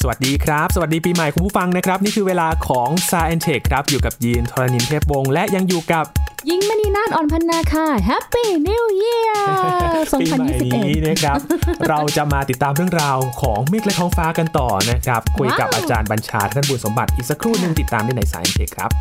สวัสดีครับสวัสดีปีใหม่คุณผู้ฟังนะครับนี่คือเวลาของ Science Tech ครับอยู่กับยีนทรณินเทพวงศ์และยังอยู่กับยิงมณีนาฏอ่อนพันนาค่ะ Happy New Year ปีใหม่นี้นะครับ เราจะมาติดตามเรื่องราวของเมฆและท้องฟ้ากันต่อนะครับคุยกับอาจารย์บัญชาท่านบุญสมบัติอีกสักครู่นึงติดตามได้ใน Science Tech ครับ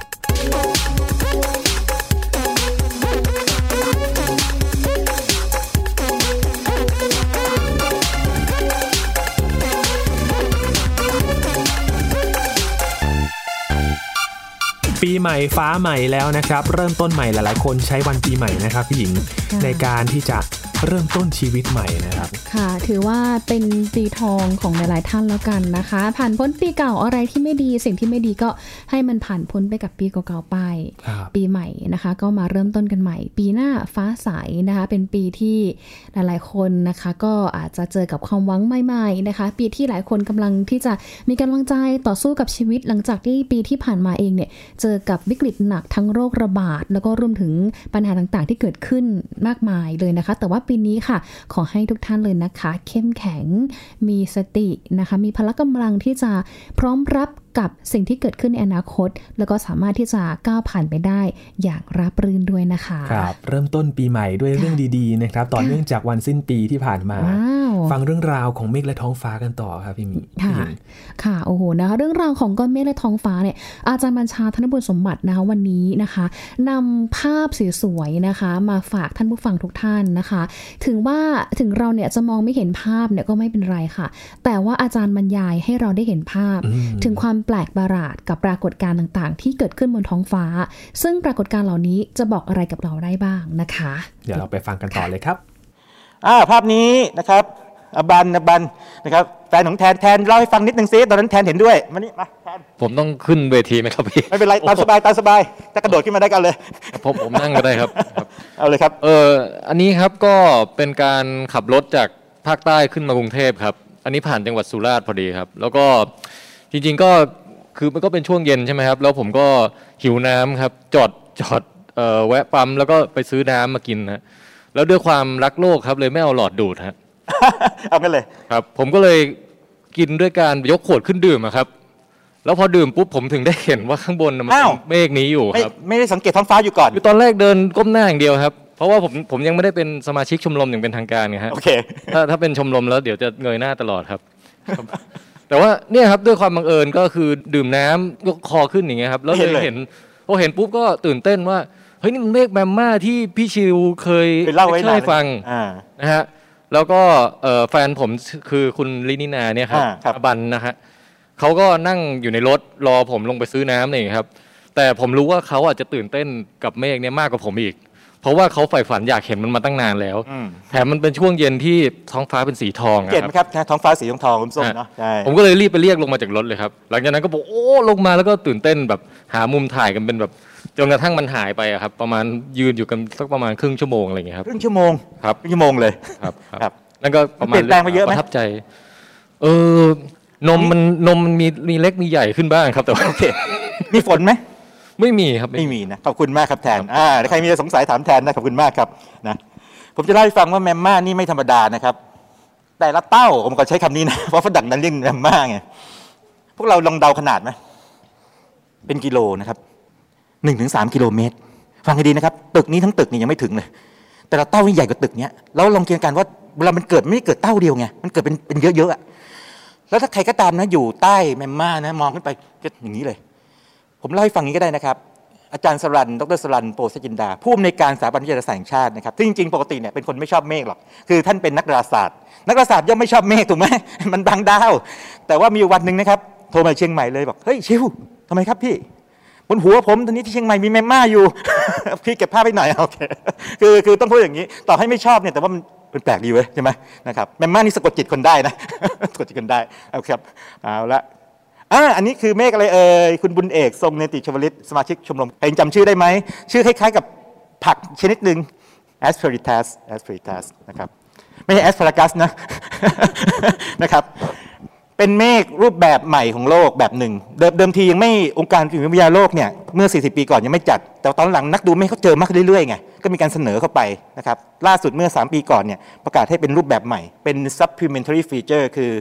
ปีใหม่ฟ้าใหม่แล้วนะครับเริ่มต้นใหม่หลายๆคนใช้วันปีใหม่นะครับพี่หญิงในการที่จะเริ่มต้นชีวิตใหม่นะครับค่ะถือว่าเป็นปีทองของหลายๆท่านแล้วกันนะคะผ่านพ้นปีเก่าอะไรที่ไม่ดีสิ่งที่ไม่ดีก็ให้มันผ่านพ้นไปกับปีเก่าๆไปปีใหม่นะคะก็มาเริ่มต้นกันใหม่ปีหน้าฟ้าใสนะคะเป็นปีที่หลายๆคนนะคะก็อาจจะเจอกับความหวังใหม่ๆนะคะปีที่หลายคนกำลังที่จะมีกำลังใจต่อสู้กับชีวิตหลังจากที่ปีที่ผ่านมาเองเนี่ยเจอกับวิกฤตหนักทั้งโรคระบาดแล้วก็รวมถึงปัญหาต่างๆที่เกิดขึ้นมากมายเลยนะคะแต่ว่าปีนี้ค่ะขอให้ทุกท่านเลยนะคะเข้มแข็งมีสตินะคะมีพละกำลังที่จะพร้อมรับกับสิ่งที่เกิดขึ้นในอนาคตแล้วก็สามารถที่จะก้าวผ่านไปได้อย่างราบรื่นด้วยนะคะครับเริ่มต้นปีใหม่ด้วยเรื่องดีๆนะครับต่อเนื่องจากวันสิ้นปีที่ผ่านมาฟังเรื่องราวของเมฆและท้องฟ้ากันต่อครับพี่มีค่ะโอ้โหนะคะเรื่องราวของก้อนเมฆและท้องฟ้าเนี่ยอาจารย์บัญชาธนบุญสมบัตินะคะวันนี้นะคะนำภาพสวยๆนะคะมาฝากท่านผู้ฟังทุกท่านนะคะถึงเราเนี่ยจะมองไม่เห็นภาพเนี่ยก็ไม่เป็นไรค่ะแต่ว่าอาจารย์บรรยายให้เราได้เห็นภาพถึงความแปลกประหลาดกับปรากฏการณ์ต่างๆที่เกิดขึ้นบนท้องฟ้าซึ่งปรากฏการณ์เหล่านี้จะบอกอะไรกับเราได้บ้างนะคะเดี๋ยวเราไปฟังกันต่อเลยครับภาพนี้นะครับอบันนะครับแฟนของแทนเล่าให้ฟังนิดนึงซิตอนนั้นแทนเห็นด้วยมานี่มาแทนผมต้องขึ้นเวทีไหมครับพี่ไม่เป็นไรตามสบายถ้ากระโดดขึ้นมาได้กันเลยผมนั่งก็ได้ครับเอาเลยครับอันนี้ครับก็เป็นการขับรถจากภาคใต้ขึ้นมากรุงเทพครับอันนี้ผ่านจังหวัดสุราษฎร์พอดีครับแล้วก็จริงๆก็คือมันก็เป็นช่วงเย็นใช่ไหมครับแล้วผมก็หิวน้ำครับจอดแวะปั๊มแล้วก็ไปซื้อน้ำมากินนะแล้วด้วยความรักโลกครับเลยไม่เอาหลอดดูดฮะเอากันเลยครับผมก็เลยกินด้วยการยกขวดขึ้นดื่มครับแล้วพอดื่มปุ๊บผมถึงได้เห็นว่าข้างบนมันเป็นเมฆนี้อยู่ครับไม่ได้สังเกตท้องฟ้าอยู่ก่อนคือตอนแรกเดินก้มหน้าอย่างเดียวครับเพราะว่าผมยังไม่ได้เป็นสมาชิกชมรมอย่างเป็นทางการไงฮะโอเคถ้าเป็นชมรมแล้วเดี๋ยวจะเงยหน้าตลอดครับแต่ว่าเนี่ยครับด้วยความบังเอิญก็คือดื่มน้ำยกคอขึ้นอย่างเงี้ยครับแล้วเลยเห็นพอเห็นปุ๊บก็ตื่นเต้นว่าเฮ้ยนี่มันเมฆแมมม่าที่พี่ชิวเคยเล่าให้ฟังนะฮะแล้วก็แฟนผมคือคุณลินินาเนี่ยครับบันนะฮะเขาก็นั่งอยู่ในรถรอผมลงไปซื้อน้ำนี่ครับแต่ผมรู้ว่าเขาอาจจะตื่นเต้นกับเมฆเนี่ยมากกว่าผมอีกเพราะว่าเขาใฝ่ฝันอยากเห็นมันมาตั้งนานแล้วแถมมันเป็นช่วงเย็นที่ท้องฟ้าเป็นสีทองเห็นไหมครับท้องฟ้าสีทองส้มเนาะผมก็เลยรีบไปเรียกลงมาจากรถเลยครับหลังจากนั้นก็บอกโอ้ลงมาแล้วก็ตื่นเต้นแบบหามุมถ่ายกันเป็นแบบจนกระทั่งมันหายไปครับประมาณยืนอยู่กันสักประมาณครึ่งชั่วโมงอะไรอย่างเงี้ยครับครึ่งชั่วโมงครับครึ่งชั่วโมงเลยครับนั่นก็ประมาณเปลี่ยนแปลงไปเยอะไหมประทับใจนมมันมีเล็กมีใหญ่ขึ้นบ้างครับแต่ว่าโอเคมีฝนไหมไม่มีครับไม่มีนะขอบคุณมากครับแทนใครมีสงสัยถามแทนนะขอบคุณมากครับนะผมจะเล่าให้ฟังว่าแมมม่านี่ไม่ธรรมดานะครับแต่ละเต้าผมก็ใช้คำนี้นะเพราะฝรั่งนั้นเรียกแมมม่าไงพวกเราลองเดาขนาดไหมเป็นกิโลนะครับ1-3 กิโลเมตรฟังให้ดีนะครับตึกนี้ทั้งตึกนี่ยังไม่ถึงเลยแต่ละเต้านี่ใหญ่กว่าตึกเนี้ยแล้วลองคิดกันว่าเวลามันเกิดไม่ได้เกิดเต้าเดียวไงมันเกิดเป็นเยอะๆอ่ะแล้วถ้าใครก็ตามนะอยู่ใต้แมมม่านะมองขึ้นไปก็อย่างนี้เลยผมเล่าให้ฟังนี้ก็ได้นะครับอาจารย์สรัญดรสรัญโปสจินดาผู้อำนวยการสถาบันวิทยาศาสตร์แห่งชาตินะครับที่จริงๆปกติเนี่ยเป็นคนไม่ชอบเมฆหรอกคือท่านเป็นนักดาราศาสตร์ย่อมไม่ชอบเมฆถูกไหมมันบังดาวแต่ว่ามีวันหนึ่งนะครับโทรมาเชียงใหม่เลยบอกเฮ้ยชิวทำไมครับพี่บนหัวผมตอนนี้ที่เชียงใหม่มีแมมม่าอยู่ พี่เก็บภาพไปหน่อยโอเคคือต้องพูดอย่างนี้ต่อให้ไม่ชอบเนี่ยแต่ว่ามันแปลกดีเว้ยใช่ไหมนะครับแมมม่านี่สะกดจิตคนได้นะ สะกดจิตคนได้เอาครับเอาละอันนี้คือเมฆอะไรคุณบุญเอกทรงเนติชวลิตสมาชิกชมรมเองจำชื่อได้ไหมชื่อคล้ายๆกับผักชนิดหนึ่ง asparagus นะครับไม่ใช่ asparagus นะ นะครับเป็นเมฆรูปแบบใหม่ของโลกแบบหนึ่งเดิมทียังไม่องค์การกิจวิทยาโลกเนี่ยเมื่อ40 ปีก่อนยังไม่จัดแต่ตอนหลังนักดูเมฆเขาเจอมากขึ้นเรื่อยๆไงก็มีการเสนอเข้าไปนะครับล่าสุดเมื่อ3 ปีก่อนเนี่ยประกาศให้เป็นรูปแบบใหม่เป็น supplementary feature คือ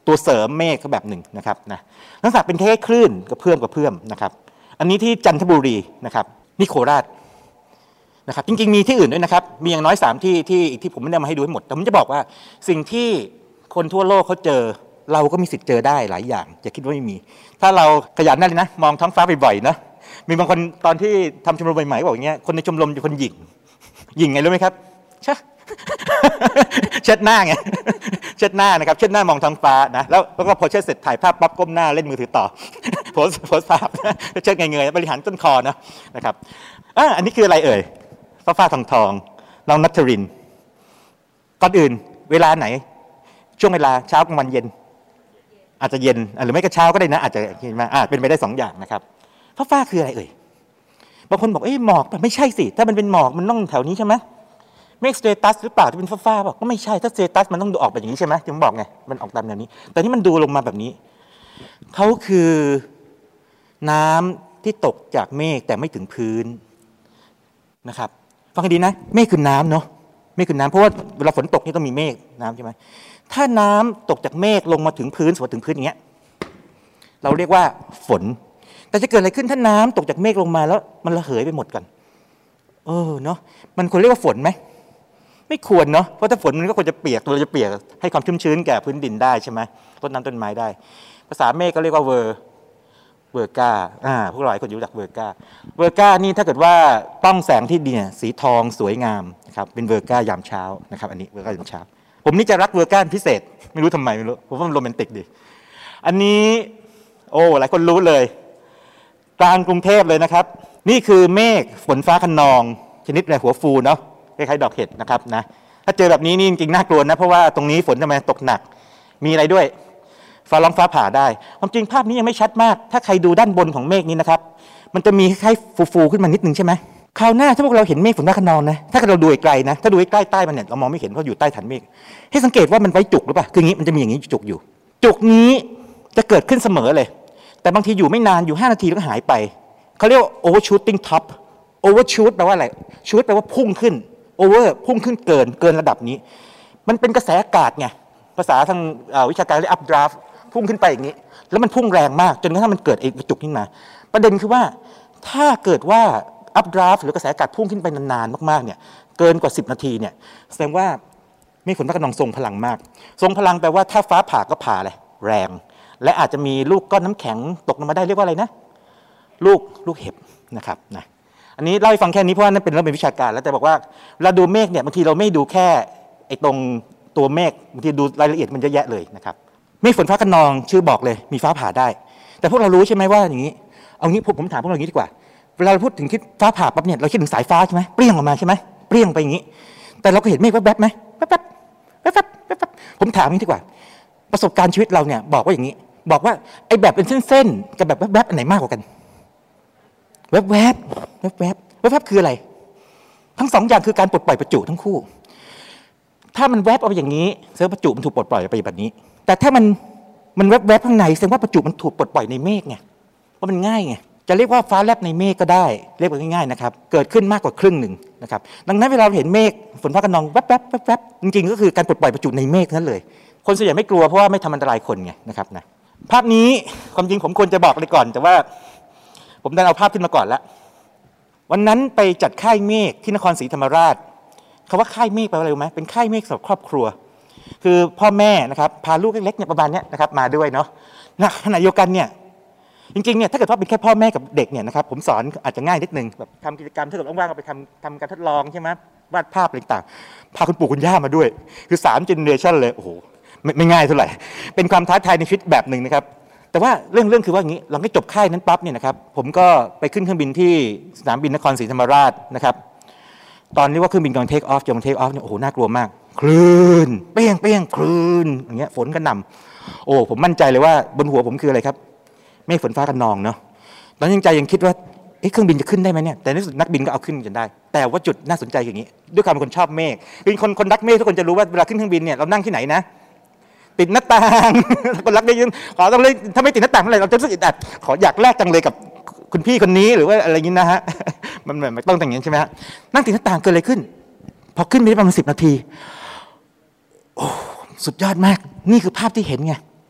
ตัวเสริมเมฆก็แบบหนึ่งนะครับนะลักษณะเป็นแค่คลื่นกระเพื่อมนะครับอันนี้ที่จันทบุรีนะครับนี่โคราชนะครับจริงๆมีที่อื่นด้วยนะครับมีอย่างน้อย3ที่ผมไม่ได้มาให้ดูให้หมดแต่ผมจะบอกว่าสิ่งที่คนทั่วโลกเขาเจอเราก็มีสิทธิ์เจอได้หลายอย่างอย่าคิดว่าไม่มีถ้าเราขยันนั่นเลยนะมองท้องฟ้าบ่อยๆนะมีบางคนตอนที่ทำชมรมใหม่ๆบอกอย่างเงี้ยคนในชมรมจะคนหยิ่งไงรู้ไหมครับใช่เช็ดหน้าไงเช็ดหน้านะครับเช็ดหน้ามองท้องฟ้านะแล้วก็พอเช็ดเสร็จถ่ายภาพปั๊บก้มหน้าเล่นมือถือต่อโพสภาพเช็ดเงยๆบริหารต้นคอนะครับอันนี้คืออะไรเอ่ยฟ้าทองน้องนัทรินก่อนอื่นเวลาไหนช่วงเวลาเช้ากลางวันเย็นอาจจะเย็นหรือไม่ก็เช้าก็ได้นะอาจจะเห็นไหมเป็นไปได้2อย่างนะครับฟ้าคืออะไรเอ่ยบางคนบอกหมอกไม่ใช่สิถ้ามันเป็นหมอกมันต้องแถวนี้ใช่ไหมเมฆสเตตัสหรือเปล่าที่เป็นฟ้าบอกก็ไม่ใช่ถ้าสเตตัสมันต้องดูออกแบบอย่างนี้ใช่ไหมที่ผมบอกไงมันออกตามแนวนี้แต่นี่มันดูลงมาแบบนี้เขาคือน้ำที่ตกจากเมฆแต่ไม่ถึงพื้นนะครับฟังให้ดีนะเมฆคือน้ำเนาะเมฆคือน้ำเพราะว่าเวลาฝนตกนี่ต้องมีเมฆน้ำใช่ไหมถ้าน้ำตกจากเมฆลงมาถึงพื้นสมมติถึงพื้นอย่างเงี้ยเราเรียกว่าฝนแต่จะเกิดอะไรขึ้นถ้าน้ำตกจากเมฆลงมาแล้วมันระเหยไปหมดกันเนาะมันควรเรียกว่าฝนไหมไม่ควรเนาะเพราะถ้าฝนมันก็ควรจะเปียกตัวจะเปียกให้ความชุ่มชื้นแก่พื้นดินได้ใช่ไหมต้นน้ำต้นไม้ได้ภาษาเมฆก็เรียกว่าเวอร์กาพวกเราหลายคนรู้จักเวอร์กานี่ถ้าเกิดว่าต้องแสงที่ดีเนี่ยสีทองสวยงามนะครับเป็นเวอร์กายามเช้านะครับอันนี้เวอร์กายามเช้าผมนี่จะรักเวอร์กาพิเศษไม่รู้ทำไมไม่รู้ผมว่ามันโรแมนติกดีอันนี้หลายคนรู้เลยกลางกรุงเทพเลยนะครับนี่คือเมฆฝนฟ้าคะนองชนิดอะไรหัวฟูเนาะคล้ายๆดอกเห็ดนะครับนะถ้าเจอแบบนี้นี่จริงๆน่ากลัวนะเพราะว่าตรงนี้ฝนทำไมตกหนักมีอะไรด้วยฟ้าร้องฟ้าผ่าได้ความจริงภาพนี้ยังไม่ชัดมากถ้าใครดูด้านบนของเมฆนี้นะครับมันจะมีคล้ายๆฟูๆขึ้นมานิดนึงใช่ไหมคราวหน้าถ้าพวกเราเห็นเมฆฝนฟ้าคะนองนะถ้าเราดูไกลนะถ้าดูใกล้ใต้มันเนี่ยเรามองไม่เห็นเพราะอยู่ใต้ฐานเมฆให้สังเกตว่ามันไว้จุกหรือเปล่าคืออย่างนี้มันจะมีอย่างนี้จุกอยู่จุกนี้จะเกิดขึ้นเสมอเลยแต่บางทีอยู่ไม่นานอยู่5 นาทีแล้วก็หายไปเขาเรียกว่า overshooting top overshoot แปลว่าอะไร shoot แปลว่าพุ่งขึ้น over พุ่งขึ้นเกินระดับนี้มันเป็นกระแสอากาศไงภาษาทางวิชาการเรียก updraft พุ่งขึ้นไปอย่างนี้แล้วมันพุ่งแรงมากจนกระทั่งมันเกิดกระจุกขึ้นมาประเด็นคือว่าถ้าเกิดว่า updraft หรือกระแสอากาศพุ่งขึ้นไปนานๆมากๆเนี่ยเกินกว่า10 นาทีเนี่ยแสดงว่าเมฆฝนฟ้าคะนองทรงพลังมากทรงพลังแปลว่าถ้าฟ้าผ่าก็ผ่าเลยแรงและอาจจะมีลูกก้อนน้ำแข็งตกลงมาได้เรียกว่าอะไรนะลูกเห็บนะครับนะอันนี้เล่าให้ฟังแค่นี้เพราะว่านั่นเป็นเรื่องเป็นวิชาการแล้วแต่บอกว่าเราดูเมฆเนี่ยบางทีเราไม่ดูแค่ตรงตัวเมฆบางทีดูรายละเอียดมันเยอะแยะเลยนะครับเมฆฝนฟ้าคะนองชื่อบอกเลยมีฟ้าผ่าได้แต่พวกเรารู้ใช่ไหมว่าอย่างนี้เอางี้ผมถามพวกเราอย่างนี้ดีกว่าเวลาเราพูดถึงคิดฟ้าผ่าปั๊บเนี่ยเราคิดถึงสายฟ้าใช่ไหมเปรี้ยงออกมาใช่ไหมเปรี้ยงไปอย่างนี้แต่เราก็เห็นเมฆแวบๆไหมแวบๆผมถามนี้ดีกว่าประสบการณ์ชีวิตเราเนี่ยบอกว่าอย่างนี้บอกว่าไอ้แบบเป็นเส้นๆกับแบบแวบๆอันไหนมากกว่ากันแวบคืออะไรทั้ง2อย่างคือการปลดปล่อยประจุทั้งคู่ถ้ามันแวบออกไปอย่างนี้แสดงว่าประจุมันถูกปลดปล่อยไปแบบนี้แต่ถ้ามันแวบข้างในแสดงว่าประจุมันถูกปลดปล่อยในเมฆไงเพราะมันง่ายไงจะเรียกว่าฟ้าแลบในเมฆก็ได้เรียกว่าง่ายๆนะครับเกิดขึ้นมากกว่าครึ่งหนึ่งนะครับดังนั้นเวลาเราเห็นเมฆฝนฟ้าคะนองแวบจริงๆก็คือการปลดปล่อยประจุในเมฆนั่นเลยคนส่วนใหญ่ไม่กลัวเพราะว่าไม่ทำอันตรายคนไงนะครับนะภาพนี้ความจริงผมควรจะบอกเลยก่อนแต่ว่าผมได้เอาภาพขึ้นมาก่อนแล้ววันนั้นไปจัดค่ายเมฆที่นครศรีธรรมราชคำว่าค่ายเมฆแปลว่าอะไรรู้ไหมเป็นค่ายเมฆสำหรับครอบครัวคือพ่อแม่นะครับพาลูกเล็กๆเนี่ยประมาณนี้นะครับมาด้วยเนาะขณะเดียวกันเนี่ยจริงๆเนี่ยถ้าเกิดว่าเป็นแค่พ่อแม่กับเด็กเนี่ยนะครับผมสอนอาจจะง่ายนิดนึงแบบทำกิจกรรมถ้าเกิดว่างๆเอาไปทำการทดลองใช่ไหมวาดภาพอะไรต่างๆพาคุณปู่คุณย่ามาด้วยคือ3 generation เลยโอ้โหไม่ง่ายเท่าไหร่เป็นความท้าทายในชีวิตแบบหนึ่งนะครับแต่ว่าเรื่องคือว่าอย่างนี้หลังจากจบค่ายนั้นปั๊บเนี่ยนะครับผมก็ไปขึ้นเครื่องบินที่สนามบินนครศรีธรรมราชนะครับตอนนี้ว่าเครื่องบินกำลังเทคออฟเนี่ยโอ้โหน่ากลัวมากคลื่นเปี้ยงคลื่นอย่างเงี้ยฝนกระหน่ำโอ้ผมมั่นใจเลยว่าบนหัวผมคืออะไรครับเมฆฝนฟ้าคะนองเนาะตอนนั้นยังคิดว่าเครื่องบินจะขึ้นได้ไหมเนี่ยแต่ในที่สุดนักบินก็เอาขึ้นจนได้แต่ว่าจุดน่าสนใจอย่างนี้ด้วยความเป็นคนชอบเมฆคือคนรักเมฆทุกคนจะรู้ว่าเวลาขึ้นเครื่องบินเนี่ยเรานั่งที่ไหนนะติดหน้าต่างคนรักได้ยินขอต้องเลยถ้าไม่ติดหน้าต่างเมื่อไหร่เราจะรู้สึกอึดอัดขออยากแลกจังเลยกับคุณพี่คนนี้หรือว่าอะไรอย่างนี้นะฮะมันต้องอย่างนี้ใช่ไหมฮะนั่งติดหน้าต่างเกิดอะไรขึ้นพอขึ้นไปได้ประมาณ10 นาทีโอ้สุดยอดมากนี่คือภาพที่เห็นไง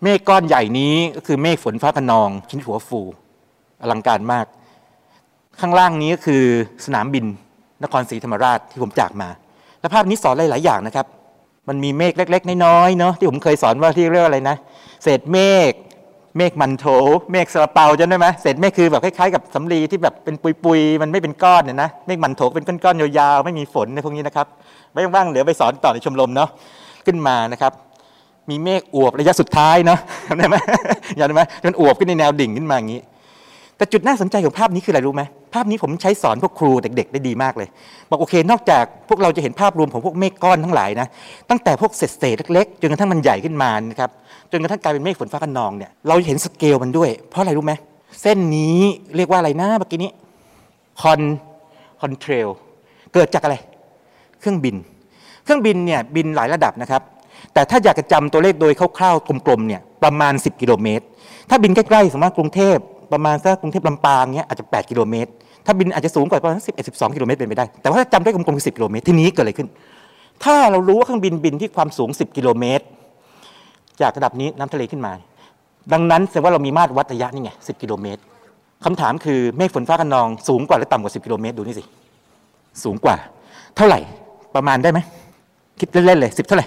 เมฆก้อนใหญ่นี้ก็คือเมฆฝนฟ้าคะนองชิ้นหัวฟูอลังการมากข้างล่างนี้ก็คือสนามบินนครศรีธรรมราชที่ผมจากมาและภาพนี้สอนหลายๆอย่างนะครับมันมีเมฆเล็กๆน้อยๆเนาะที่ผมเคยสอนว่าที่เรียกอะไรนะเศษเมฆมันโถเมฆซาลาเปาจำได้ไหมเศษเมฆคือแบบคล้ายๆกับสำลีที่แบบเป็นปุยๆมันไม่เป็นก้อนเนี่ยนะเมฆมันโถเป็นก้อนๆยาวๆไม่มีฝนในพวกนี้นะครับไม่ว่างๆเหลือไปสอนต่อในชมรมเนาะขึ้นมานะครับมีเมฆอวบระยะสุดท้ายเนาะจำได้ไหมจำได้ไหมมันอวบขึ้นในแนวดิ่งขึ้นมาอย่างนี้แต่จุดน่าสนใจของภาพนี้คืออะไรรู้ไหมภาพนี้ผมใช้สอนพวกครูเด็กๆได้ดีมากเลยบอกโอเคนอกจากพวกเราจะเห็นภาพรวมของพวกเมฆก้อนทั้งหลายนะตั้งแต่พวกเศษเล็กๆจนกระทั่งมันใหญ่ขึ้นมานะครับจนกระทั่งกลายเป็นเมฆฝนฟ้าคะนองเนี่ยเราเห็นสเกลมันด้วยเพราะอะไรรู้ไหมเส้นนี้เรียกว่าอะไรนะเมื่อกี้นี้คอนเทรลเกิดจากอะไรเครื่องบินเนี่ยบินหลายระดับนะครับแต่ถ้าอยากจะจำตัวเลขโดยคร่าวๆกลมๆเนี่ยประมาณ10กิโลเมตรถ้าบินใกล้ๆสมมติกรุงเทพประมาณสักกรุงเทพลำปางเนี้ยอาจจะ8กิโลเมตรถ้าบินอาจจะสูงกว่าประมาณ11-12กิโลเมตรเป็นไปได้แต่ว่าถ้าจำได้กลมๆคือ10กิโลเมตรทีนี้เกิดอะไรขึ้นถ้าเรารู้ว่าเครื่องบินบินที่ความสูง10กิโลเมตรจากระดับนี้น้ำทะเลขึ้นมาดังนั้นแสดงว่าเรามีมาตรวัดระยะนี่ไง10กิโลเมตรคำถามคือเมฆฝนฟ้าคะนองสูงกว่าหรือต่ำกว่า10กิโลเมตรดูนี่สิสูงกว่าเท่าไหร่ประมาณได้ไหมคิดเล่นๆเลย10เท่าไหร่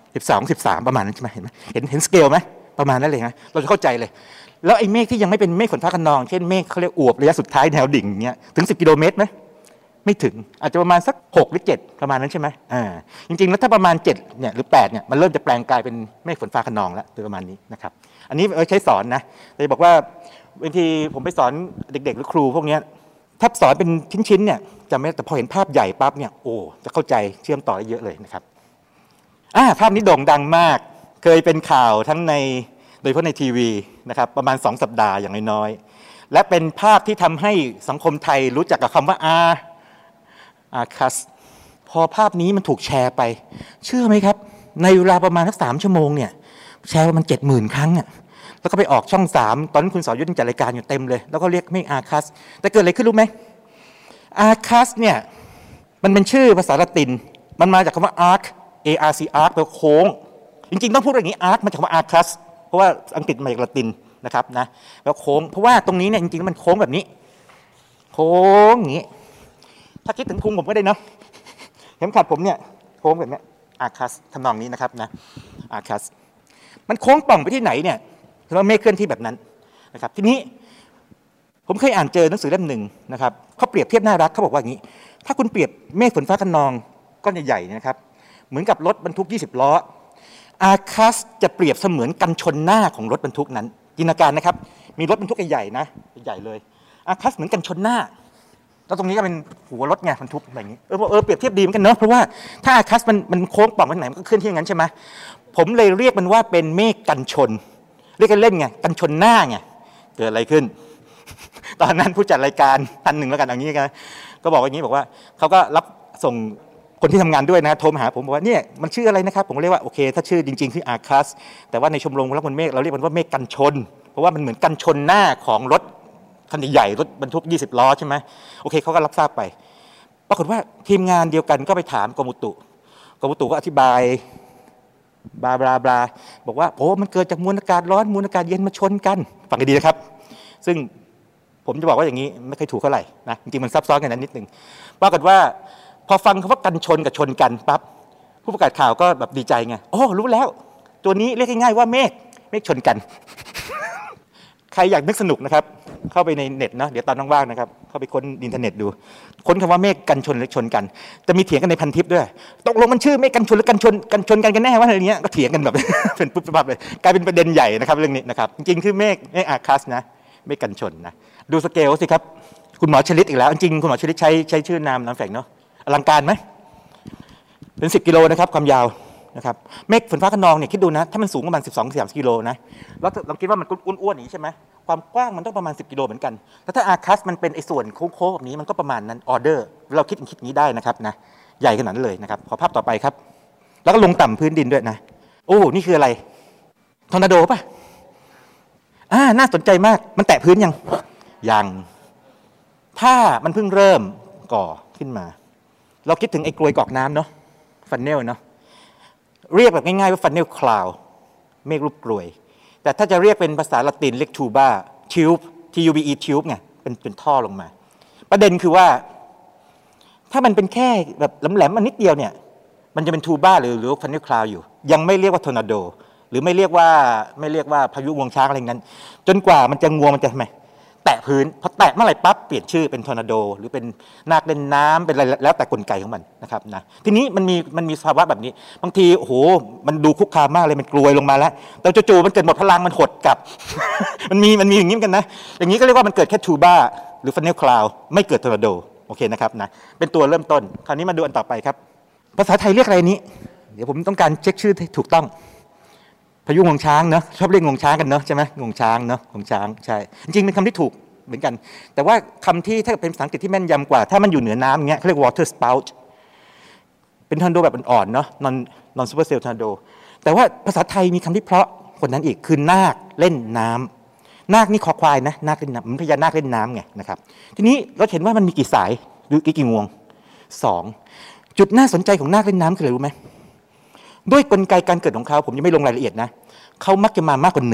12 13ประมาณนั้นใช่ไหมเห็นไหมเห็นสเกลไหมประมาณนั้นเลยนะเราจะเข้าใจเลยแล้วไอ้เมฆที่ยังไม่เป็นเมฆฝนฟ้าคะนองเช่นเมฆเขาเรียกอวบระยะสุดท้ายแนวดิ่งเงี้ยถึง10กิโลเมตรไหมไม่ถึงอาจจะประมาณสัก6หรือ7ประมาณนั้นใช่ไหมจริงๆแล้วถ้าประมาณ7เนี่ยหรือ8เนี่ยมันเริ่มจะแปลงกลายเป็นเมฆฝนฟ้าคะนองแล้วโดยประมาณนี้นะครับอันนี้ใช้สอนนะแต่บอกว่าบางทีผมไปสอนเด็กๆหรือครูพวกนี้ถ้าสอนเป็นชิ้นๆเนี่ยจะไม่แต่พอเห็นภาพใหญ่ปั๊บเนี่ยโอ้จะเข้าใจเชื่อมต่อได้เยอะเลยนะครับภาพนี้โด่งดังมากเคยเป็นข่าวทั้งในโดยเฉพาะในทีวีนะครับประมาณ2สัปดาห์อย่างน้อยๆและเป็นภาพที่ทำให้สังคมไทยรู้จักกับคำว่าอาคัสพอภาพนี้มันถูกแชร์ไปเชื่อไหมครับในเวลาประมาณสัก3ชั่วโมงเนี่ยแชร์ประมาณ 70,000 ครั้งอ่ะแล้วก็ไปออกช่อง3ตอนนั้นคุณสรยุทธจัดรายการอยู่เต็มเลยแล้วก็เรียกไม่อาคัสแต่เกิดอะไรขึ้นรู้ไหมอาคัสเนี่ยมันเป็นชื่อภาษาละตินมันมาจากคำว่า arc arc arc แปลว่าโค้งจริงๆต้องพูดอย่างนี้ arc มาจากคำว่า arcus เพราะว่าอังกฤษมาจากละตินนะครับนะแล้วโค้งเพราะว่าตรงนี้เนี่ยจริงๆมันโค้งแบบนี้โค้งอย่างนี้ถ้าคิดถึงพุงผมก็ได้เนาะเข็มขัดผมเนี่ยโค้งแบบนี้ arcus ทำนองนี้นะครับนะ arcus มันโค้งป่องไปที่ไหนเนี่ยเราเมฆเคลื่อนที่แบบนั้นนะครับทีนี้ผมเคยอ่านเจอหนังสือเล่มหนึ่งนะครับเขาเปรียบเทียบน่ารักเขาบอกว่าอย่างนี้ถ้าคุณเปรียบเมฆฝนฟ้าคะนองก้อนใหญ่ๆนะครับเหมือนกับรถบรรทุก20ล้ออาคัสจะเปรียบเสมือนกันชนหน้าของรถบรรทุกนั้นจินตนาการนะครับมีรถบรรทุกใหญ่ๆนะใหญ่เลยอาคัสเหมือนกันชนหน้าแล้วตรงนี้ก็เป็นหัวรถไงบรรทุกอะไรอย่างนี้เปรียบเทียบดีเหมือนกันเนาะเพราะว่าถ้าอาคัสมันโค้งป่องไปไหนมันก็เคลื่อนที่อย่างนั้นใช่ไหมผมเลยเรียกมันว่าเป็นเมฆกันชนเรียกกันเล่นไงกันชนหน้าไงเกิดอะไรขึ้นตอนนั้นผู้จัดรายการท่านหนึ่งแล้วกันอย่างนี้กันก็บอกอย่างนี้บอกว่าเขาก็รับส่งคนที่ทำงานด้วยนะโทรมาหาผมบอกว่าเนี่ยมันชื่ออะไรนะครับผมเรียกว่าโอเคถ้าชื่อจริงๆคืออาคัสแต่ว่าในชมรมรักบนเมฆเราเรียกมันว่าเมฆกันชนเพราะว่ามันเหมือนกันชนหน้าของรถคันใหญ่รถบรรทุก20ล้อใช่ไหมโอเคเขาก็รับทราบไปปรากฏว่าทีมงานเดียวกันก็ไปถามกรมอุตุก็อธิบายบลาบอกว่าโอ้มันเกิดจากมวลอากาศร้อนมวลอากาศเย็นมาชนกันฟังดีนะครับซึ่งผมจะบอกว่าอย่างนี้ไม่เคยถูกเท่าไหร่นะจริงๆมันซับซ้อนกันนิดนึงปรากฏว่าพอฟังคำว่ากันชนกับชนกันปั๊บผู้ประกาศข่าวก็แบบดีใจไงโอ้รู้แล้วตัวนี้เรียกง่ายๆว่าเมฆชนกัน ใครอยากนึกสนุกนะครับเข้าไปในเน็ตนะเดี๋ยวตอนว่างๆนะครับเข้าไปค้นอินเทอร์เน็ตดูค้นคำว่าเมฆกันชนหรือชนกันจะมีเถียงกันในพันทิปด้วยตกลงมันชื่อเมฆกันชนหรือกันชนกันแน่ว่าอะไรเงี้ยก็เถียงกันแบบ เป็นปุ๊บปั๊บเลยกลายเป็นประเด็นใหญ่นะครับเรื่องนี้นะครับจริงๆคือเมฆอาคัสนะเมฆกันชนนะดูสเกลสิครับคุณหมอชลิตอีกแล้วจริงๆคุณหมอชลิตใช้ชื่อนามน้ำแฝงเนาะอลังการไหมเป็น10กิโลนะครับความยาวนะครับเมฆฝนฟ้าคะนองเนี่ยคิดดูนะถ้ามันสูงประมาณ12-13 กิโลนะแล้วเราคิดว่ามันอ้วนๆอย่างนี้ใช่ไหมความกว้างมันต้องประมาณ10 กิโลเหมือนกันแล้วถ้าอาคัสมันเป็นไอ้ส่วนโค้งๆแบบนี้มันก็ประมาณนั้นออเดอร์เราคิดอย่างนี้ได้นะครับนะใหญ่ขนาดนั้นเลยนะครับขอภาพต่อไปครับแล้วก็ลงต่ำพื้นดินด้วยนะโอ้นี่คืออะไรทอร์นาโดป่ะน่าสนใจมากมันแตะพื้นยังถ้ามันเพิ่งเริ่มก่อขึ้นมาเราคิดถึงไอ้กลวยกรอกน้ำเนาะฟันเนลเนาะเรียกแบบง่ายๆว่าฟันเนลคลาวด์เมฆรูปกลวยแต่ถ้าจะเรียกเป็นภาษาละตินเรียก tuba tube tube tube ไงเป็นท่อลงมาประเด็นคือว่าถ้ามันเป็นแค่แบบแหลมๆมันนิดเดียวเนี่ยมันจะเป็น tuba หรือ funnel cloud อยู่ยังไม่เรียกว่า tornado หรือไม่เรียกว่าพายุงวงช้างอะไรนั้นจนกว่ามันจะงวงมันจะทำไมแตะพื้นพอแตะเมื่อไหร่ปั๊บเปลี่ยนชื่อเป็นทอร์นาโดหรือเป็นนาคเล่นน้ำเป็นอะไรแล้วแต่กลไกของมันนะครับนะทีนี้มันมีสภาวะแบบนี้บางทีโอ้โหมันดูคุกคามมากเลยมันกลวยลงมาแล้วแต่จู่ๆมันเกิดหมดพลังมันหดกลับ มันมีอย่างนี้เหมือนกันนะอย่างนี้ก็เรียกว่ามันเกิดแค่ทูบ้าหรือฟันเนลคลาวด์ไม่เกิดทอร์นาโดโอเคนะครับนะเป็นตัวเริ่มต้นคราวนี้มาดูอันต่อไปครับภาษาไทยเรียกอะไรนี้เดี๋ยวผมต้องการเช็คชื่อถูกต้องพายุงวงช้างเนาะชอบเรียกงวงช้างกันเนาะใช่ไหมงวงช้างเนาะงวงช้างใช่จริงๆเป็นคำที่ถูกเหมือนกันแต่ว่าคำที่ถ้าเป็นภาษาอังกฤษที่แม่นยำกว่าถ้ามันอยู่เหนือน้ำอย่างเงี้ยเขาเรียก water spout เป็นทอร์นาโดแบบอ่อนๆเนาะ non supercell tornado แต่ว่าภาษาไทยมีคำที่เพราะคนนั้นอีกคือนาคเล่นน้ำนาคนี่คอควายนะนาคเล่นน้ำมันพญานาคเล่นน้ำไงนะครับทีนี้เราเห็นว่ามันมีกี่สายหรือกี่งวง2จุดน่าสนใจของนาคเล่นน้ำคืออะไรรู้ไหมด้วยกลไกการเกิดของเขาผมยังไม่ลงรายละเอียดนะเขามักจะมามากกว่า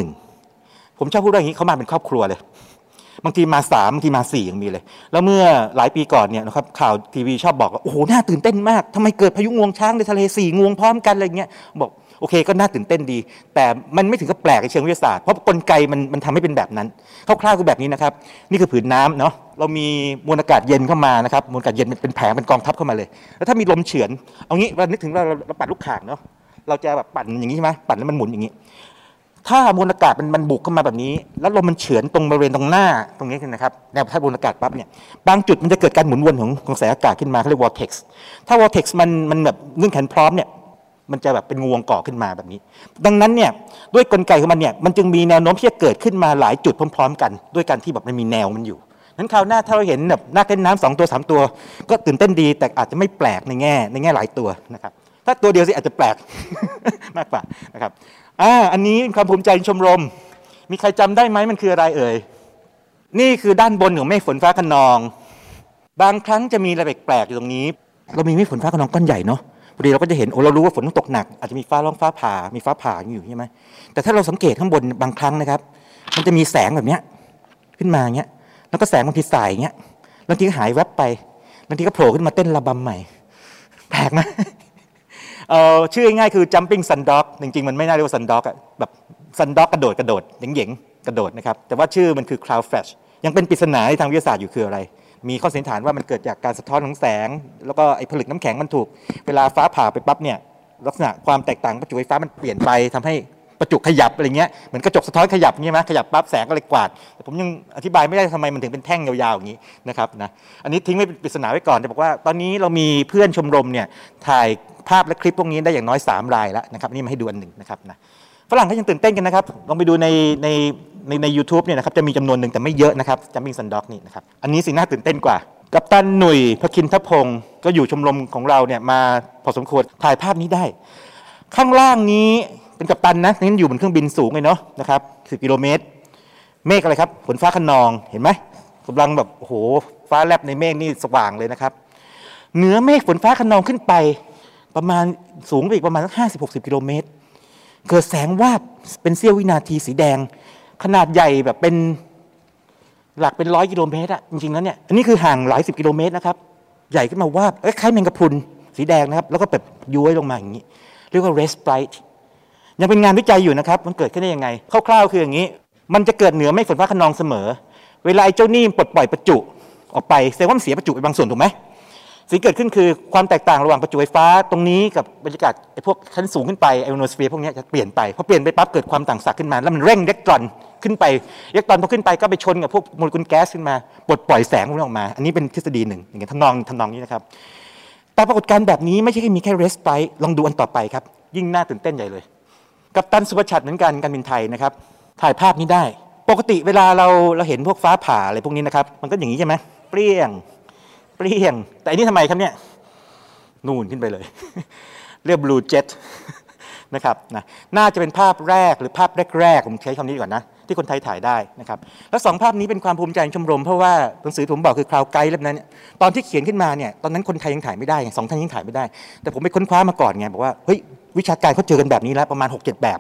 1ผมชอบพูดอย่างนี้เขามาเป็นครอบครัวเลยบางทีมา3บางทีมา4ยังมีเลยแล้วเมื่อหลายปีก่อนเนี่ยนะครับข่าวทีวีชอบบอกว่าโอ้โหน่าตื่นเต้นมากทำไมเกิดพายุงวงช้างในทะเล4งวงพร้อมกันอะไรเงี้ยบอกโอเคก็น่าตื่นเต้นดีแต่มันไม่ถึงกับแปลกในเชิงวิทยาศาสตร์เพราะกลไกมันทำให้เป็นแบบนั้นคร่าวๆคือแบบนี้นะครับนี่คือผืนน้ำเนาะเรามีมวลอากาศเย็นเข้ามานะครับมวลอากาศเย็นเป็นแผงเป็นกองทัพเข้ามาเลยแล้วถ้ามีลมเฉือนเอางี้เรานึกถึงเราปัดลูกข่างเนาะเราจะแบบปั่นอย่างนี้ใช่ไหมปั่นแล้วมันหมุนอย่างนี้ถ้ามวลอากาศมันบุกเข้ามาแบบนี้แล้วลมมันเฉือนตรงบริเวณตรงหน้าตรงนี้นะครับแนวท่ามวลอากาศปั๊บเนี่ยบางจุดมันจะเกิดการหมุนวนของกระแสอากาศขึ้นมาเขาเรียก vortex ถ้า vortex มันแบบเงื่อนไขพร้อมเนี่ยมันจะแบบเป็นงวงก่อขึ้นมาแบบนี้ดังนั้นเนี่ยด้วยกลไกของมันเนี่ยมันจึงมีแนวโน้มที่จะเกิดขึ้นมาหลายจุดพร้อมๆกันด้วยการที่แบบมันมีแนวมันอยู่นั้นคราวหน้าถ้าเราเห็นแบบนาคเล่นน้ำ2ตัว3ตัวก็ตื่นเต้นดีแต่อาจจะไม่แปลกในแง่หลายตัวนะครับถ้าตัวเดียวสิอาจจะแปลก มากกว่านะครับอันนี้เป็นความภูมิใจชมรมมีใครจำได้ไหมมันคืออะไรเอ่ยนี่คือด้านบนของเมฆฝนฟ้าคะนองบางครั้งจะมีอะไรแปลกๆอยู่ตรงนี้เรามีเมฆฝนฟ้าคะนองก้อนใหญ่เนาะพอดีเราก็จะเห็นเรารู้ว่าฝนต้องตกหนักอาจจะมีฟ้าร้องฟ้าผ่ามีฟ้าผ่าอยู่ใช่ไหมแต่ถ้าเราสังเกตข้างบนบางครั้งนะครับมันจะมีแสงแบบเนี้ยขึ้นมาเงี้ยแล้วก็แสงบางทีสายเงี้ยบางทีก็หายแวบไปบางทีก็โผล่ขึ้นมาเต้นระบำใหม่แปลกไหมชื่อง่ายๆคือ jumping sun dog จริงๆมันไม่น่าเรียกว่า sun dog แบบ sun dog กระโดดเหย่งๆกระโดดนะครับแต่ว่าชื่อมันคือ cloud flash ยังเป็นปริศนาในทางวิทยาศาสตร์อยู่คืออะไรมีข้อสันนิษฐานว่ามันเกิดจากการสะท้อนของแสงแล้วก็ไอ้ผลึกน้ำแข็งมันถูกเวลาฟ้าผ่าไปปั๊บเนี่ยลักษณะความแตกต่างประจุไฟฟ้ามันเปลี่ยนไปทำให้ประจุขยับอะไรเงี้ยเหมือนกระจกสะท้อนขยับใช่ไหมขยับปั๊บแสงก็เลยกวาดแต่ผมยังอธิบายไม่ได้ทำไมมันถึงเป็นแท่งยาวๆอย่างนี้นะครับนะอันนี้ทิ้งไว้เป็นปริศนาไว้ก่อนจะบอกว่าตอนนี้เรามีเพื่อนชมรมเนี่ยถ่ายภาพและคลิปพวกนี้ได้อย่างน้อย3 รายแล้วนะครับนี่มาให้ดูอันหนึ่งนะครับนะฝรั่งก็ยังตื่นเต้นกันนะครับลองไปดูใน YouTube เนี่ยนะครับจะมีจำนวนหนึ่งแต่ไม่เยอะนะครับ Jumping Sun Dog นี่นะครับอันนี้สิน่าตื่นเต้นกว่ากัปตันหนุ่ยพคินทพงศ์ก็อยู่ชมรมของเราเนี่ยมาพอสมควรถ่ายภาพนี้ได้ข้างล่างนี้เป็นกัปตันนะนี่อยู่บนเครื่องบินสูงเลยเนาะนะครับ10 กิโลเมตรเมฆอะไรครับฝนฟ้าคะนองเห็นไหมกำลังแบบโอ้โหฟ้าแลบในเมฆนี่สว่างเลยนะครับเหนือเมฆฝนฟ้าคะนองขึ้นไปประมาณสูงไปอีกประมาณสัก50-60 กิโลเมตรเกิดแสงวาบเป็นเสี้ยววินาทีสีแดงขนาดใหญ่แบบเป็นหลักเป็น100 กิโลเมตรอะจริงๆแล้วเนี่ยอันนี้คือห่างหลาย10 กิโลเมตรนะครับใหญ่ขึ้นมาวาบคล้ายแมงกะพรุนสีแดงนะครับแล้วก็แบบย้วยลงมาอย่างนี้เรียกว่า red sprite ยังเป็นงานวิจัยอยู่นะครับมันเกิดขึ้นได้ยังไงคร่าวๆคืออย่างนี้มันจะเกิดเหนือเมฆฝนฟ้าคะนองเสมอเวลาไอ้เจ้านี่ปลดปล่อยประจุออกไปแสดงว่ามันเสียประจุไปบางส่วนถูกไหมสิ่งเกิดขึ้นคือความแตกต่างระหว่างประจุไฟฟ้าตรงนี้กับบรรยากาศไอ้พวกชั้นสูงขึ้นไปไอโอโนสเฟียร์พวกนี้จะเปลี่ยนไปพอเปลี่ยนไปปั๊บเกิดความต่างศักย์ขึ้นมาแล้วมันเร่งอิเล็กตรอนขึ้นไปอิเล็กตรอนพอขึ้นไปก็ไปชนกับพวกโมเลกุลแก๊สขึ้นมาปลดปล่อยแสงพวกนี้ออกมาอันนี้เป็นทฤษฎีหนึ่งอย่างเงี้ยทำนองนี้นะครับแต่ปรากฏการณ์แบบนี้ไม่ใช่แค่มีแค่เรสไปลองดูอันต่อไปครับยิ่งน่าตื่นเต้นใหญ่เลยกัปตันสุภชัดเหมือนกันการบินไทยนะครับถ่ายภาพนี้ได้ปกติเวลาเราเห็นพวกฟ้าผ่าอะไรพวกนี้นะครับมันก็อย่างนี้ใช่ไหมเปรี้ยงแต่อันนี้ทำไมครับเนี่ยนู่นขึ้นไปเลยเรียก blue jet นะครับนะน่าจะเป็นภาพแรกหรือภาพแรกผมใช้คำนี้ก่อนนะที่คนไทยถ่ายได้นะครับแล้ว2 ภาพนี้เป็นความภูมิใจชมรมเพราะว่าหนังสือผมบอกคือ Cloud Guide เล่มนั้นตอนที่เขียนขึ้นมาเนี่ยตอนนั้นคนไทยยังถ่ายไม่ได้2 ท่านยังถ่ายไม่ได้แต่ผมไปค้นคว้ามาก่อนไงบอกว่าเฮ้ยวิชาการเขาเจอกันแบบนี้แล้วประมาณ 6-7 แบบ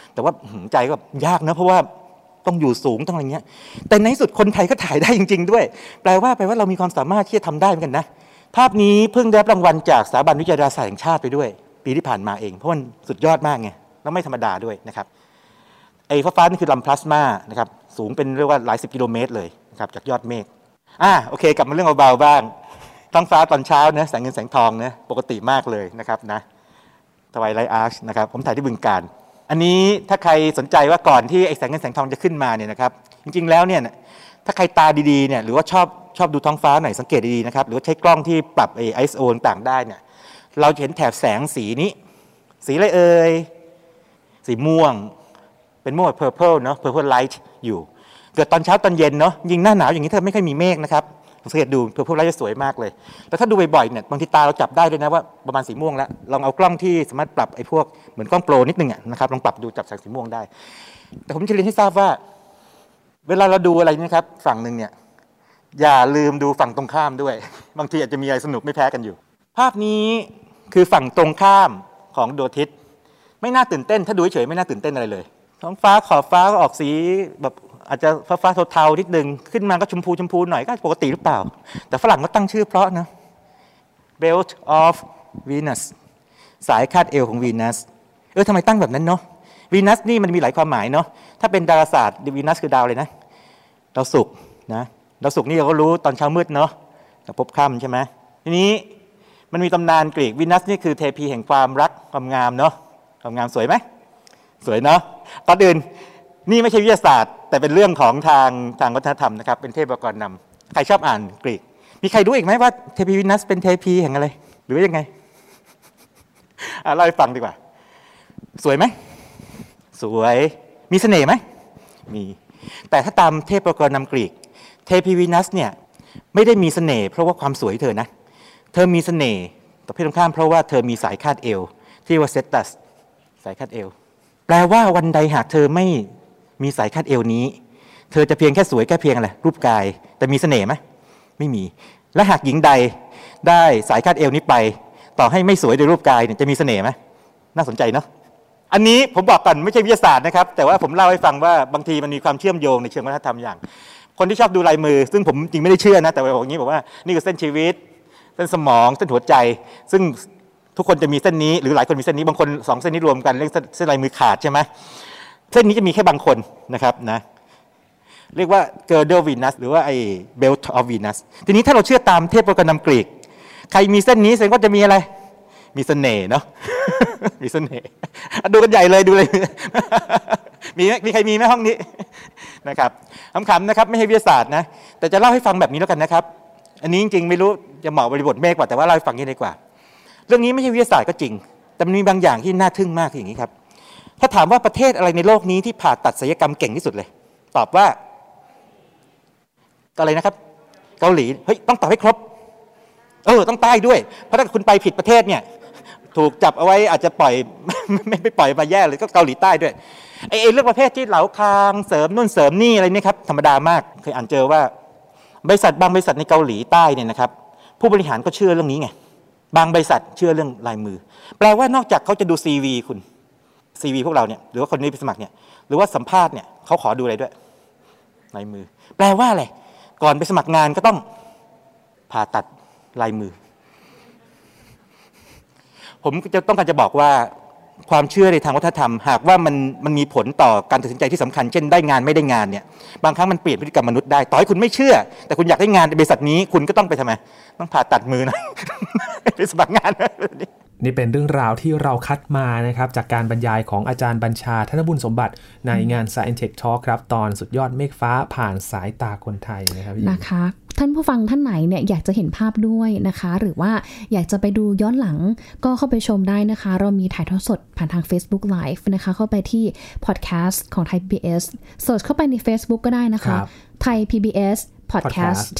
แต่ว่าใจก็ยากนะเพราะว่าต้องอยู่สูงต้องอะไรเงี้ยแต่ในที่สุดคนไทยก็ถ่ายได้จริงๆด้วยแปลว่าเรามีความสามารถที่จะทำได้เหมือนกันนะภาพนี้เพิ่งได้รับรางวัลจากสถาบันวิจัยดาราศาสตร์แห่งชาติไปด้วยปีที่ผ่านมาเองเพราะมันสุดยอดมากไงแล้วไม่ธรรมดาด้วยนะครับไอ้ฟ้านี่คือลำพลาสมานะครับสูงเป็นเรียกว่าหลาย10 กิโลเมตรเลยนะครับจากยอดเมฆโอเคกลับมาเรื่องเบาๆบ้างท้องฟ้าตอนเช้านะแสงเงินแสงทองนะปกติมากเลยนะครับนะทวายไลท์อาร์ชนะครับผมถ่ายที่บึงกาฬอันนี้ถ้าใครสนใจว่าก่อนที่ไอ้แสงเงินแสงทองจะขึ้นมาเนี่ยนะครับจริงๆแล้วเนี่ยถ้าใครตาดีๆเนี่ยหรือว่าชอบดูท้องฟ้าหน่อยสังเกตดีๆนะครับหรือว่าใช้กล้องที่ปรับไอ้ ISO ต่างๆได้เนี่ยเราจะเห็นแถบแสงสีนี้สีอะไรเอ่ยสีม่วงเป็นม่วงแบบ purple เนาะ purple light อยู่เกิดตอนเช้าตอนเย็นเนาะยิงหน้าหนาวอย่างนี้เธอไม่ค่อยมีเมฆนะครับสังเกตดู purple light จะสวยมากเลยแล้วถ้าดูบ่อยๆเนี่ยบางทีตาเราจับได้ด้วยนะว่าประมาณสีม่วงแล้วลองเอากล้องที่สามารถปรับไอ้พวกเหมือนกล้องโปรนิดนึงนะครับลองปรับดูจับแสงสีม่วงได้แต่ผมจะเรียนให้ทราบว่าเวลาเราดูอะไรนะครับฝั่งนึงเนี่ยอย่าลืมดูฝั่งตรงข้ามด้วยบางทีอาจจะมีอะไรสนุกไม่แพ้กันอยู่ภาพนี้คือฝั่งตรงข้ามของดวงอาทิตย์ไม่น่าตื่นเต้นถ้าดูเฉยๆไม่น่าตื่นเต้นอะไรเลยท้องฟ้าขอบฟ้าก็ออกสีแบบอาจจะฟ้าเทาๆนิดนึงขึ้นมาก็ชมพูหน่อยก็ปกติหรือเปล่าแต่ฝรั่งก็ตั้งชื่อเพราะนะ Belt of Venus สายคาดเอวของวีนัสทำไมตั้งแบบนั้นเนาะวีนัสนี่มันมีหลายความหมายเนาะถ้าเป็นดาราศาสตร์วีนัสคือดาวเลยนะดาวศุกร์นะดาวศุกร์นี่เราก็รู้ตอนเช้ามืดเนาะกับพบค่ำใช่ไหมทีนี้มันมีตำนานกรีกวีนัสนี่คือเทพีแห่งความรักความงามเนาะความงามสวยไหมสวยเนาะก่อนอื่นนี่ไม่ใช่วิทยาศาสตร์แต่เป็นเรื่องของทางวัฒนธรรมนะครับเป็นเทพกรนำใครชอบอ่านกรีกมีใครรู้อีกไหมว่าเทพีวีนัสเป็นเทพีแห่งอะไรหรือว่ายังไงเล่าให้ฟังดีกว่าสวยไหมสวยมีเสน่ห์ไหมมีแต่ถ้าตามเทพกรนำกรีกเทพีวีนัสเนี่ยไม่ได้มีเสน่ห์เพราะว่าความสวยเธอนะเธอมีเสน่ห์ต่อเพศตรงข้ามเพราะว่าเธอมีสายคาดเอวที่ว่าเซตัสสายคาดเอวแปลว่าวันใดหากเธอไม่มีสายคาดเอวนี้เธอจะเพียงแค่สวยแค่เพียงอะไรรูปกายแต่มีเสน่ห์ไหมไม่มีและหากหญิงใดได้สายคาดเอวนี้ไปต่อให้ไม่สวยโดยรูปกายเนี่ยจะมีเสน่ห์ไหมน่าสนใจเนาะอันนี้ผมบอกก่อนไม่ใช่วิทยาศาสตร์นะครับแต่ว่าผมเล่าให้ฟังว่าบางทีมันมีความเชื่อมโยงในเชิงวัฒนธรรมอย่างคนที่ชอบดูลายมือซึ่งผมจริงไม่ได้เชื่อนะแต่ว่าอย่างนี้บอกว่านี่คือเส้นชีวิตเส้นสมองเส้นหัวใจซึ่งทุกคนจะมีเส้นนี้หรือหลายคนมีเส้นนี้บางคน2เส้นนี้รวมกันเรียกเส้นลายมือขาดใช่ไหมเส้นนี้จะมีแค่บางคนนะครับนะเรียกว่า girdle Venus หรือว่าไอ้ belt of Venus ทีนี้ถ้าเราเชื่อตามเทพกรนำกรีกใครมีเส้นนี้แสดงว่าจะมีอะไรมีเสน่ห์เนาะ มีเสน่ห์ดูกันใหญ่เลยดูเลย มีใครมีไหมห้องนี้ นะครับขำๆนะครับไม่ใช่วิทยาศาสตร์นะแต่จะเล่าให้ฟังแบบนี้แล้วกันนะครับอันนี้จริงๆไม่รู้จะเหมาะบริบทเมฆกว่าแต่ว่าเล่าให้ฟังนี้ดีกว่าเรื่องนี้ไม่ใช่วิทยาศาสตร์ก็จริงแต่มันมีบางอย่างที่น่าทึ่งมากคืออย่างนี้ครับถ้าถามว่าประเทศอะไรในโลกนี้ที่ผ่าตัดศัลยกรรมเก่งที่สุดเลยตอบว่าอะไรนะครับเกาหลีเฮ้ยต้องตอบให้ครบต้องใต้ด้วยเพราะถ้าคุณไปผิดประเทศเนี่ยถูกจับเอาไว้อาจจะปล่อย ไม่ปล่อยมาแย่เลยก็เกาหลีใต้ด้วยไอ้เรื่องประเภทที่เหลาคางเสริมนู่นเสริมนี่อะไรนี่ครับธรรมดามากเคยอ่านเจอว่าบริษัทบางบริษัทในเกาหลีใต้เนี่ยนะครับผู้บริหารก็เชื่อเรื่องนี้ไงบางบริษัทเชื่อเรื่องลายมือแปลว่านอกจากเขาจะดู CV คุณ CV พวกเราเนี่ยหรือว่าคนนี้ไปสมัครเนี่ยหรือว่าสัมภาษณ์เนี่ยเขาขอดูอะไรด้วยลายมือแปลว่าอะไรก่อนไปสมัครงานก็ต้องผ่าตัดลายมือผมจะต้องการจะบอกว่าความเชื่อในทางวัฒนธรรมหากว่ามันมีผลต่อการตัดสินใจที่สำคัญเช่นได้งานไม่ได้งานเนี่ยบางครั้งมันเปลี่ยนพฤติกรรมมนุษย์ได้ต่อให้คุณไม่เชื่อแต่คุณอยากได้งานในบริษัทนี้คุณก็ต้องไปทำไมต้องผ่าตัดมือนะ ไปสมัครงานนี่เป็นเรื่องราวที่เราคัดมานะครับจากการบรรยายของอาจารย์บัญชาธนบุญสมบัติในงาน Science Tech Talk ครับตอนสุดยอดเมฆฟ้าผ่านสายตาคนไทยนะครับพี่นะคะท่านผู้ฟังท่านไหนเนี่ยอยากจะเห็นภาพด้วยนะคะหรือว่าอยากจะไปดูย้อนหลังก็เข้าไปชมได้นะคะเรามีถ่ายทอดสดผ่านทาง Facebook Live นะคะเข้าไปที่ Podcast ของ Thai PBS เสิร์ชเข้าไปใน Facebook ก็ได้นะคะ Thai PBS Podcast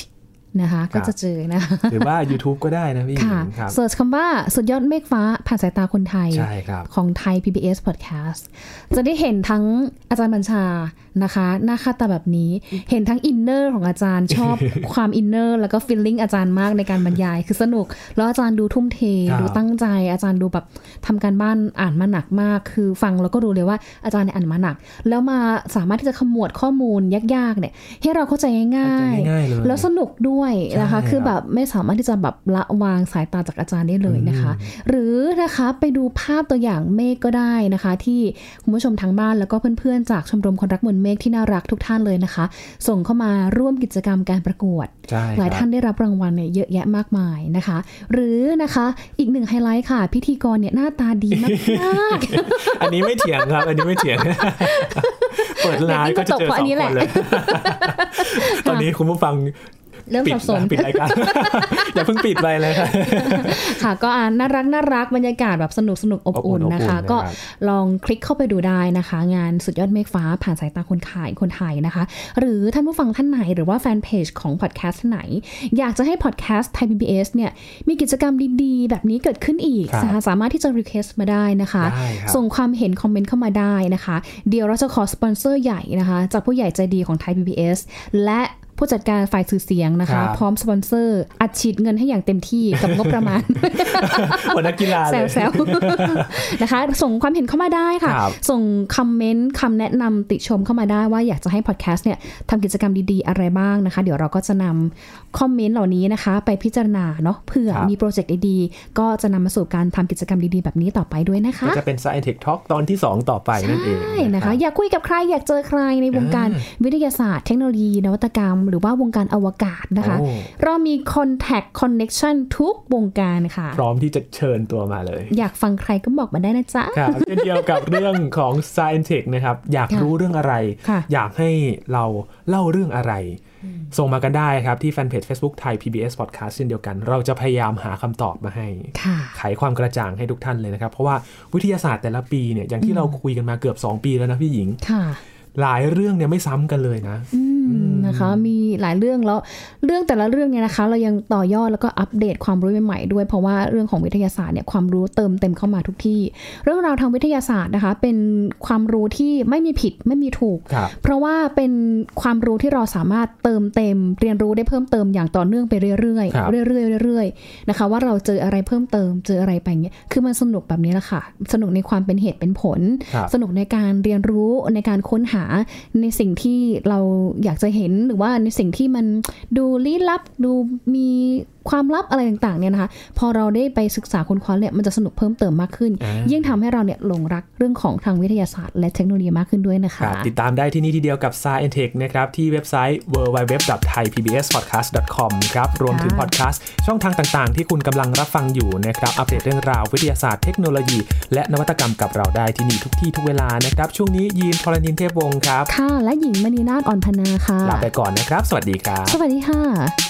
นะคะก็จะเจอนะหรือว่า YouTube ก็ได้นะพี่ค่ะเสิร์ชคำว่าสุดยอดเมฆฟ้าผ่านสายตาคนไทยของไทย PBS Podcast จะได้เห็นทั้งอาจารย์บัญชานะคะหน้าค่าตาแบบนี้เห็นทั้งอินเนอร์ของอาจารย์ชอบความอินเนอร์แล้วก็ฟีลลิ่งอาจารย์มากในการบรรยายคือสนุกแล้วอาจารย์ดูทุ่มเทดูตั้งใจอาจารย์ดูแบบทำการบ้านอ่านมาหนักมากคือฟังแล้วก็รู้เลยว่าอาจารย์เนี่ยอ่านมาหนักแล้วมาสามารถที่จะขมวดข้อมูลยากๆเนี่ยให้เราเข้าใจง่ายๆแล้วสนุกด้วยนะคะคือแบบไม่สามารถที่จะแบบละวางสายตาจากอาจารย์ได้เลยนะคะหรือนะคะไปดูภาพตัวอย่างเมฆก็ได้นะคะที่คุณผู้ชมทางบ้านแล้วก็เพื่อนๆจากชมรมคนรักมวลเมฆที่น่ารักทุกท่านเลยนะคะส่งเข้ามาร่วมกิจกรรมการประกวดหลายท่านได้รับรางวัลเนี่ยเยอะแยะมากมายนะคะหรือนะคะอีกหนึ่งไฮไลท์ค่ะพิธีกรเนี่ยหน้าตาดีมากๆ อันนี้ไม่เถียงครับอันนี้ไม่เถียงเปิดไลน์ก็จะเจอ2 คนเลยตอนนี้คุณผู้ฟังเริ่มสับสนปิดรายการ อย่าเพิ่งปิดไปเลยค่ะค่ะก็น่ารักบรรยากาศแบบสนุกอบอุ่นนะคะก็ลองคลิกเข้าไปดูได้นะคะงานสุดยอดเมฆฟ้าผ่านสายตาคนไทยนะคะหรือท่านผู้ฟังท่านไหนหรือว่าแฟนเพจของพอดแคสต์ไหนอยากจะให้พอดแคสต์ไทย PBS เนี่ยมีกิจกรรมดีๆแบบนี้เกิดขึ้นอีกนะคะสามารถที่จะรีเควสต์มาได้นะคะส่งความเห็นคอมเมนต์เข้ามาได้นะคะเดี๋ยวเราจะขอสปอนเซอร์ใหญ่นะคะจากผู้ใหญ่ใจดีของไทย PBS และผู้จัดการฝ่ายสื่อเสียงนะคะพร้อมสปอนเซอร์อัดฉีดเงินให้อย่างเต็มที่กับงบประมาณวันนักกีฬาเลยแซวๆนะคะส่งความเห็นเข้ามาได้ค่ะส่งคอมเมนต์คำแนะนำติชมเข้ามาได้ว่าอยากจะให้พอดแคสต์เนี่ยทำกิจกรรมดีๆอะไรบ้างนะคะเดี๋ยวเราก็จะนำคอมเมนต์เหล่านี้นะคะไปพิจารณาเนาะเพื่อมีโปรเจกต์ดีๆก็จะนำมาสู่การทำกิจกรรมดีๆแบบนี้ต่อไปด้วยนะคะก็จะเป็น Science Tech Talk ตอนที่2ต่อไปนั่นเองใช่นะคะอยากคุยกับใครอยากเจอใครในวงการวิทยาศาสตร์เทคโนโลยีนวัตกรรมหรือว่าวงการอวกาศนะคะเรามี Contact Connection ทุกวงการค่ะพร้อมที่จะเชิญตัวมาเลยอยากฟังใครก็บอกมาได้นะจ๊ะครับเช่นเดียวกับเรื่องของ Science Tech นะครับอยากรู้เรื่องอะไรอยากให้เราเล่าเรื่องอะไรส่งมากันได้ครับที่แฟนเพจ Facebook ไทย PBS Podcast เช่นเดียวกันเราจะพยายามหาคำตอบมาให้ไขความกระจ่างให้ทุกท่านเลยนะครับเพราะว่าวิทยาศาสตร์แต่ละปีเนี่ยอย่างที่เราคุยกันมาเกือบ2 ปีแล้วนะพี่หญิงหลายเรื่องเนี่ยไม่ซ้ำกันเลยนะนะคะมีหลายเรื่องแล้วเรื่องแต่ละเรื่องเนี่ยนะคะเรายังต่อยอดแล้วก็อัปเดตความรู้ใหม่ๆด้วยเพราะว่าเรื่องของวิทยาศาสตร์เนี่ยความรู้เติมเต็มเข้ามาทุกที่เรื่องราวทางวิทยาศาสตร์นะคะเป็นความรู้ที่ไม่มีผิดไม่มีถูกเพราะว่าเป็นความรู้ที่เราสามารถเติมเต็มเรียนรู้ได้เพิ่มเติมอย่างต่อเนื่องไปเรื่อยๆนะคะว่าเราเจออะไรเพิ่มเติมเจออะไรไปเงี้ยคือมันสนุกแบบนี้แหละค่ะสนุกในความเป็นเหตุเป็นผลสนุกในการเรียนรู้ในการค้นหาในสิ่งที่เราอยากจะเห็นหรือว่าในสิ่งที่มันดูลี้ลับดูมีความลับอะไรต่างๆเนี่ยนะคะพอเราได้ไปศึกษาค้นคว้าเนี่ยมันจะสนุกเพิ่มเติมมากขึ้นยิ่งทำให้เราเนี่ยหลงรักเรื่องของทางวิทยาศาสตร์และเทคโนโลยีมากขึ้นด้วยนะคะติดตามได้ที่นี่ทีเดียวกับ Science Tech นะครับที่เว็บไซต์ www.thaipbspodcast.com ครับรวมถึงพอดแคสต์ช่องทางต่างๆที่คุณกำลังรับฟังอยู่นะครับอัปเดตเรื่องราววิทยาศาสตร์เทคโนโลยีและนวัตกรรมกับเราได้ที่นี่ทุกที่ทุกเวลานะครับช่วงนี้ยีนพลนินเทพวงศ์ครับค่ะและหญิงมณีนาฏอ่อนพนาค่ะลาไปก่อนนะครับสวัสดีครับสวัสดีค่ะ